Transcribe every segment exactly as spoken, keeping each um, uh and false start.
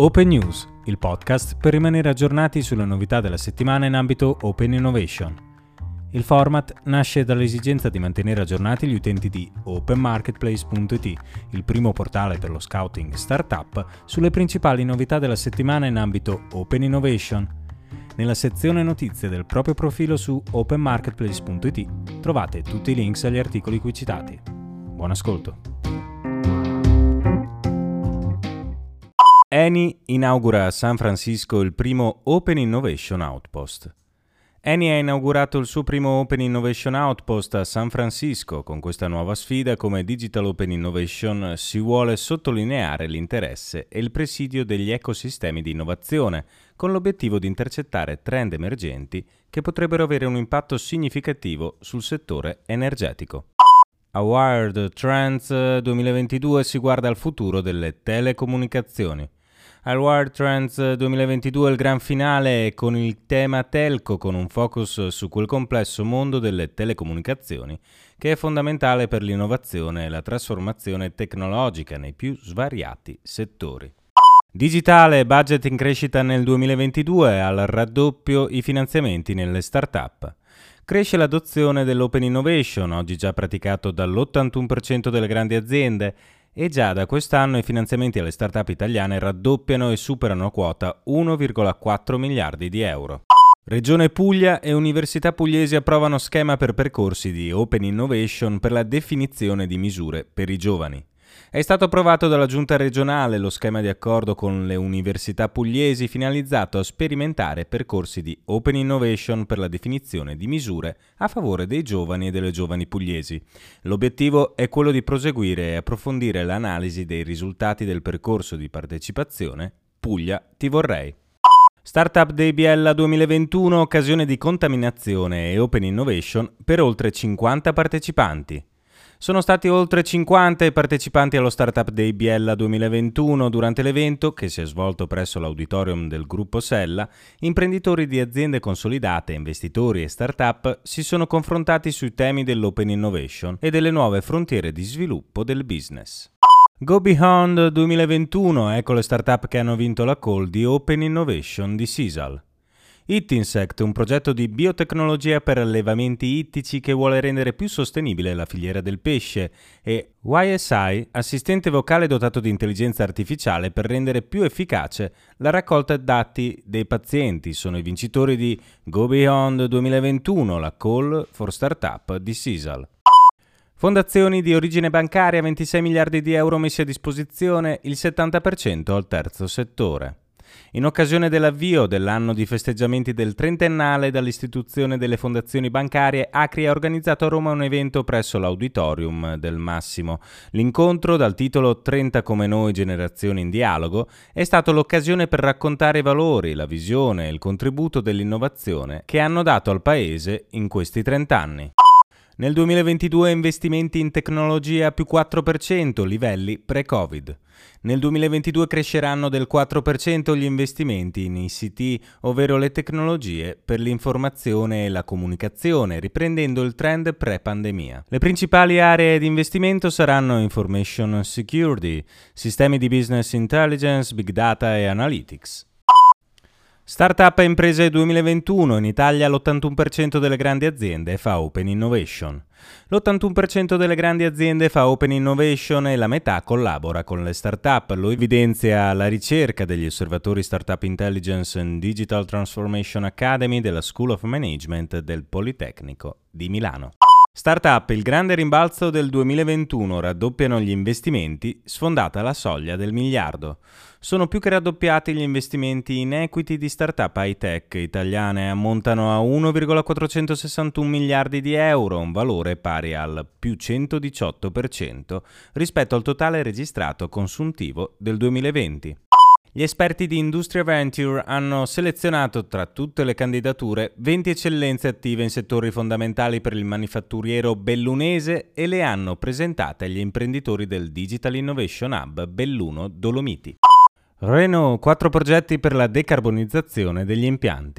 Open News, il podcast per rimanere aggiornati sulle novità della settimana in ambito Open Innovation. Il format nasce dall'esigenza di mantenere aggiornati gli utenti di open marketplace punto it, il primo portale per lo scouting startup, sulle principali novità della settimana in ambito Open Innovation. Nella sezione notizie del proprio profilo su open marketplace punto it trovate tutti i links agli articoli qui citati. Buon ascolto! Eni inaugura a San Francisco il primo Open Innovation Outpost. Eni ha inaugurato il suo primo Open Innovation Outpost a San Francisco. Con questa nuova sfida come Digital Open Innovation si vuole sottolineare l'interesse e il presidio degli ecosistemi di innovazione, con l'obiettivo di intercettare trend emergenti che potrebbero avere un impatto significativo sul settore energetico. A Wired Trends duemilaventidue si guarda al futuro delle telecomunicazioni. Al Wired Trends duemilaventidue il gran finale è con il tema telco, con un focus su quel complesso mondo delle telecomunicazioni che è fondamentale per l'innovazione e la trasformazione tecnologica nei più svariati settori. Digitale, budget in crescita nel duemilaventidue, al raddoppio i finanziamenti nelle start-up. Cresce l'adozione dell'Open Innovation, oggi già praticato dall'ottantuno per cento delle grandi aziende, e già da quest'anno i finanziamenti alle start-up italiane raddoppiano e superano quota uno virgola quattro miliardi di euro. Regione Puglia e Università Pugliesi approvano schema per percorsi di Open Innovation per la definizione di misure per i giovani. È stato approvato dalla Giunta regionale lo schema di accordo con le università pugliesi finalizzato a sperimentare percorsi di Open Innovation per la definizione di misure a favore dei giovani e delle giovani pugliesi. L'obiettivo è quello di proseguire e approfondire l'analisi dei risultati del percorso di partecipazione Puglia Ti Vorrei. Startup Day Biella duemilaventuno, occasione di contaminazione e Open Innovation per oltre cinquanta partecipanti. Sono stati oltre cinquanta i partecipanti allo Startup Day Biella duemilaventuno. Durante l'evento, che si è svolto presso l'auditorium del gruppo Sella, imprenditori di aziende consolidate, investitori e startup si sono confrontati sui temi dell'Open Innovation e delle nuove frontiere di sviluppo del business. Go Beyond duemilaventuno, ecco le startup che hanno vinto la call di Open Innovation di Sisal. Ittinsect, un progetto di biotecnologia per allevamenti ittici che vuole rendere più sostenibile la filiera del pesce, e Y S I, assistente vocale dotato di intelligenza artificiale per rendere più efficace la raccolta dati dei pazienti, sono i vincitori di Go Beyond duemilaventuno, la call for startup di Sisal. Fondazioni di origine bancaria, ventisei miliardi di euro messi a disposizione, il settanta per cento al terzo settore. In occasione dell'avvio dell'anno di festeggiamenti del trentennale dall'istituzione delle fondazioni bancarie, Acri ha organizzato a Roma un evento presso l'Auditorium del Massimo. L'incontro, dal titolo trenta come noi, generazioni in dialogo, è stato l'occasione per raccontare i valori, la visione e il contributo dell'innovazione che hanno dato al Paese in questi trent'anni. Nel duemilaventidue investimenti in tecnologia più quattro per cento, livelli pre-Covid. Nel duemilaventidue cresceranno del quattro per cento gli investimenti in I C T, ovvero le tecnologie per l'informazione e la comunicazione, riprendendo il trend pre-pandemia. Le principali aree di investimento saranno Information Security, sistemi di business intelligence, big data e analytics. Startup e imprese duemilaventuno, in Italia l'ottantuno per cento delle grandi aziende fa Open Innovation. L'ottantuno per cento delle grandi aziende fa Open Innovation e la metà collabora con le startup, lo evidenzia la ricerca degli osservatori Startup Intelligence and Digital Transformation Academy della School of Management del Politecnico di Milano. Startup, il grande rimbalzo del duemilaventuno, raddoppiano gli investimenti, sfondata la soglia del miliardo. Sono più che raddoppiati gli investimenti in equity di startup high-tech italiane, ammontano a uno virgola quattrocentosessantuno miliardi di euro, un valore pari al più centodiciotto per cento rispetto al totale registrato consuntivo del duemilaventi. Gli esperti di Industria Venture hanno selezionato tra tutte le candidature venti eccellenze attive in settori fondamentali per il manifatturiero bellunese e le hanno presentate agli imprenditori del Digital Innovation Hub Belluno Dolomiti. Renault, quattro progetti per la decarbonizzazione degli impianti.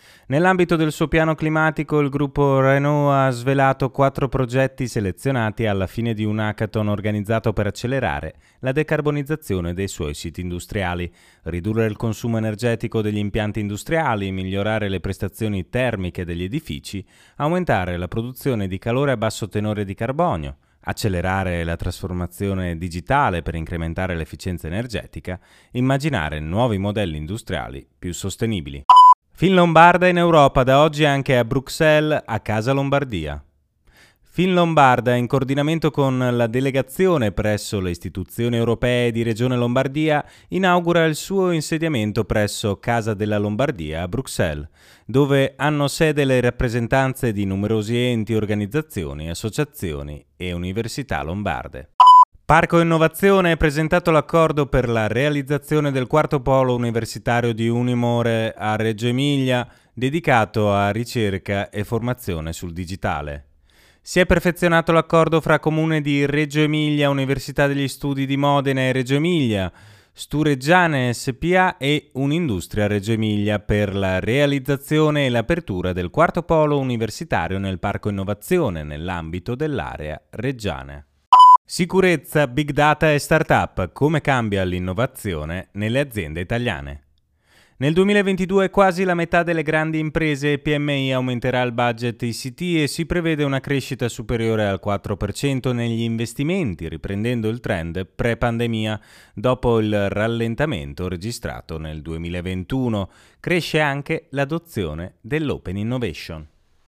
Nell'ambito del suo piano climatico, il gruppo Renault ha svelato quattro progetti selezionati alla fine di un hackathon organizzato per accelerare la decarbonizzazione dei suoi siti industriali, ridurre il consumo energetico degli impianti industriali, migliorare le prestazioni termiche degli edifici, aumentare la produzione di calore a basso tenore di carbonio, accelerare la trasformazione digitale per incrementare l'efficienza energetica, immaginare nuovi modelli industriali più sostenibili. Finlombarda in Europa, da oggi anche a Bruxelles, a Casa Lombardia. Finlombarda, in coordinamento con la delegazione presso le istituzioni europee di Regione Lombardia, inaugura il suo insediamento presso Casa della Lombardia a Bruxelles, dove hanno sede le rappresentanze di numerosi enti, organizzazioni, associazioni e università lombarde. Parco Innovazione ha presentato l'accordo per la realizzazione del quarto polo universitario di Unimore a Reggio Emilia, dedicato a ricerca e formazione sul digitale. Si è perfezionato l'accordo fra Comune di Reggio Emilia, Università degli Studi di Modena e Reggio Emilia, Stureggiane S P A e Unindustria Reggio Emilia per la realizzazione e l'apertura del quarto polo universitario nel Parco Innovazione nell'ambito dell'area reggiana. Sicurezza, Big Data e Startup, come cambia l'innovazione nelle aziende italiane. Nel duemilaventidue quasi la metà delle grandi imprese e P M I aumenterà il budget I C T e si prevede una crescita superiore al quattro per cento negli investimenti, riprendendo il trend pre-pandemia dopo il rallentamento registrato nel duemilaventuno. Cresce anche l'adozione dell'Open Innovation.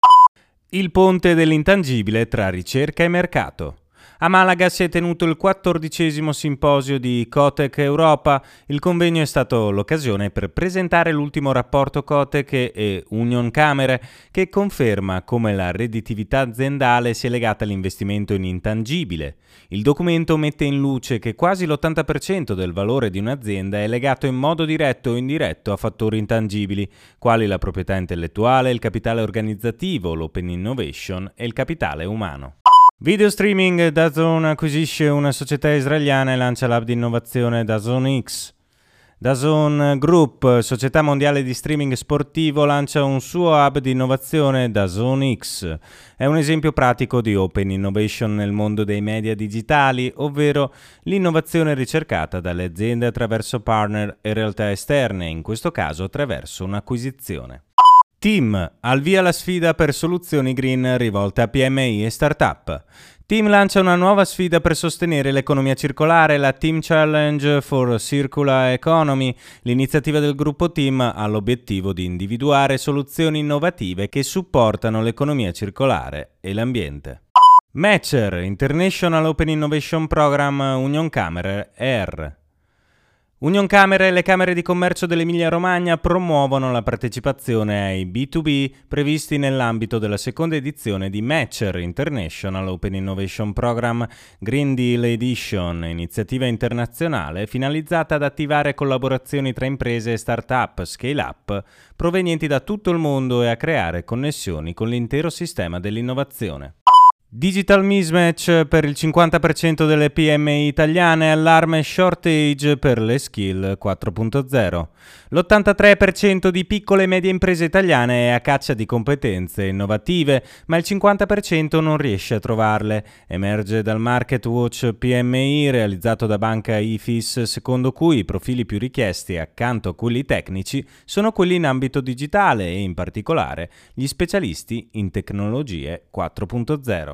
Il ponte dell'intangibile tra ricerca e mercato. A Malaga si è tenuto il quattordicesimo simposio di Cotec Europa. Il convegno è stato l'occasione per presentare l'ultimo rapporto Cotec e Union Camere, che conferma come la redditività aziendale sia legata all'investimento in intangibile. Il documento mette in luce che quasi l'ottanta per cento del valore di un'azienda è legato in modo diretto o indiretto a fattori intangibili, quali la proprietà intellettuale, il capitale organizzativo, l'open innovation e il capitale umano. Video streaming, DAZN acquisisce una società israeliana e lancia l'hub di innovazione DAZN X. DAZN Group, società mondiale di streaming sportivo, lancia un suo hub di innovazione, DAZN X. È un esempio pratico di open innovation nel mondo dei media digitali, ovvero l'innovazione ricercata dalle aziende attraverso partner e realtà esterne, in questo caso attraverso un'acquisizione. Team, al via la sfida per soluzioni green rivolte a P M I e startup. Team lancia una nuova sfida per sostenere l'economia circolare, la Team Challenge for Circular Economy. L'iniziativa del gruppo Team ha l'obiettivo di individuare soluzioni innovative che supportano l'economia circolare e l'ambiente. Matcher, International Open Innovation Program Union Camere E R. Union Camere e le Camere di Commercio dell'Emilia-Romagna promuovono la partecipazione ai B due B previsti nell'ambito della seconda edizione di Matcher International Open Innovation Program Green Deal Edition, iniziativa internazionale finalizzata ad attivare collaborazioni tra imprese e start-up scale-up provenienti da tutto il mondo e a creare connessioni con l'intero sistema dell'innovazione. Digital mismatch per il cinquanta per cento delle P M I italiane, allarme shortage per le skill quattro punto zero. L'ottantatré per cento di piccole e medie imprese italiane è a caccia di competenze innovative, ma il cinquanta per cento non riesce a trovarle. Emerge dal Market Watch P M I realizzato da Banca Ifis, secondo cui i profili più richiesti accanto a quelli tecnici sono quelli in ambito digitale e in particolare gli specialisti in tecnologie quattro punto zero.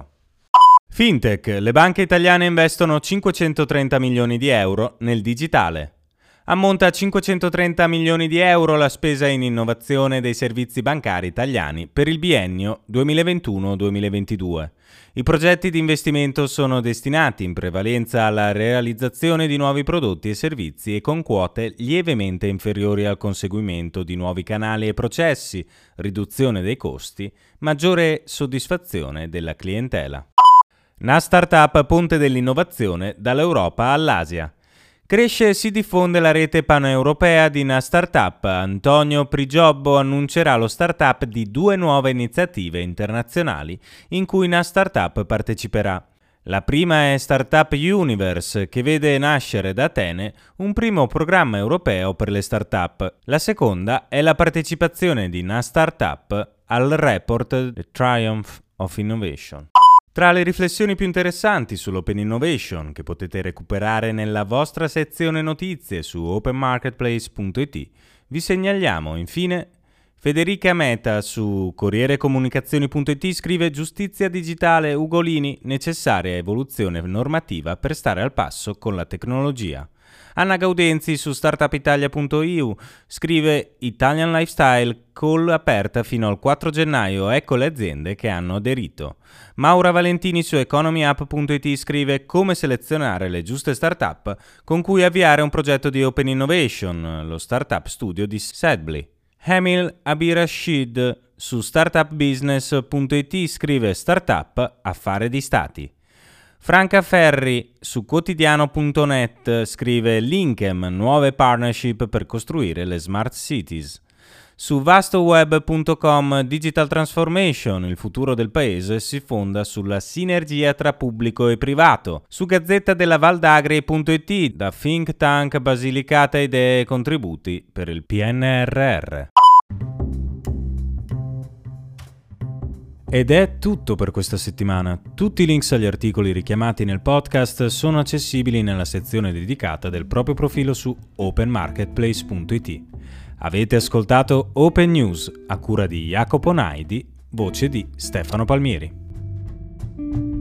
Fintech, le banche italiane investono cinquecentotrenta milioni di euro nel digitale. Ammonta a cinquecentotrenta milioni di euro la spesa in innovazione dei servizi bancari italiani per il biennio duemilaventuno duemilaventidue. I progetti di investimento sono destinati in prevalenza alla realizzazione di nuovi prodotti e servizi e con quote lievemente inferiori al conseguimento di nuovi canali e processi, riduzione dei costi, maggiore soddisfazione della clientela. Una startup ponte dell'innovazione dall'Europa all'Asia. Cresce e si diffonde la rete paneuropea di una startup. Antonio Prigiobbo annuncerà lo startup di due nuove iniziative internazionali in cui una startup parteciperà. La prima è Startup Universe, che vede nascere da Atene un primo programma europeo per le startup. La seconda è la partecipazione di una startup al report The Triumph of Innovation. Tra le riflessioni più interessanti sull'Open Innovation, che potete recuperare nella vostra sezione notizie su open marketplace punto it, vi segnaliamo infine Federica Meta su Corriere Comunicazioni punto it scrive: giustizia digitale Ugolini, necessaria evoluzione normativa per stare al passo con la tecnologia. Anna Gaudenzi su startup italia punto i u scrive: Italian Lifestyle, call aperta fino al quattro gennaio, ecco le aziende che hanno aderito. Maura Valentini su economy app punto it scrive: come selezionare le giuste startup con cui avviare un progetto di Open Innovation, lo startup studio di Sedbly. Hamil Abirashid su startup business punto it scrive: startup, affare di stati. Franca Ferri su quotidiano punto net scrive: Linkem, nuove partnership per costruire le smart cities. Su vastoweb punto com Digital Transformation, il futuro del paese si fonda sulla sinergia tra pubblico e privato. Su gazzetta della Valdagri punto it, da think tank Basilicata idee e contributi per il P N R R. Ed è tutto per questa settimana. Tutti i links agli articoli richiamati nel podcast sono accessibili nella sezione dedicata del proprio profilo su open marketplace punto it. Avete ascoltato Open News a cura di Jacopo Naidi, voce di Stefano Palmieri.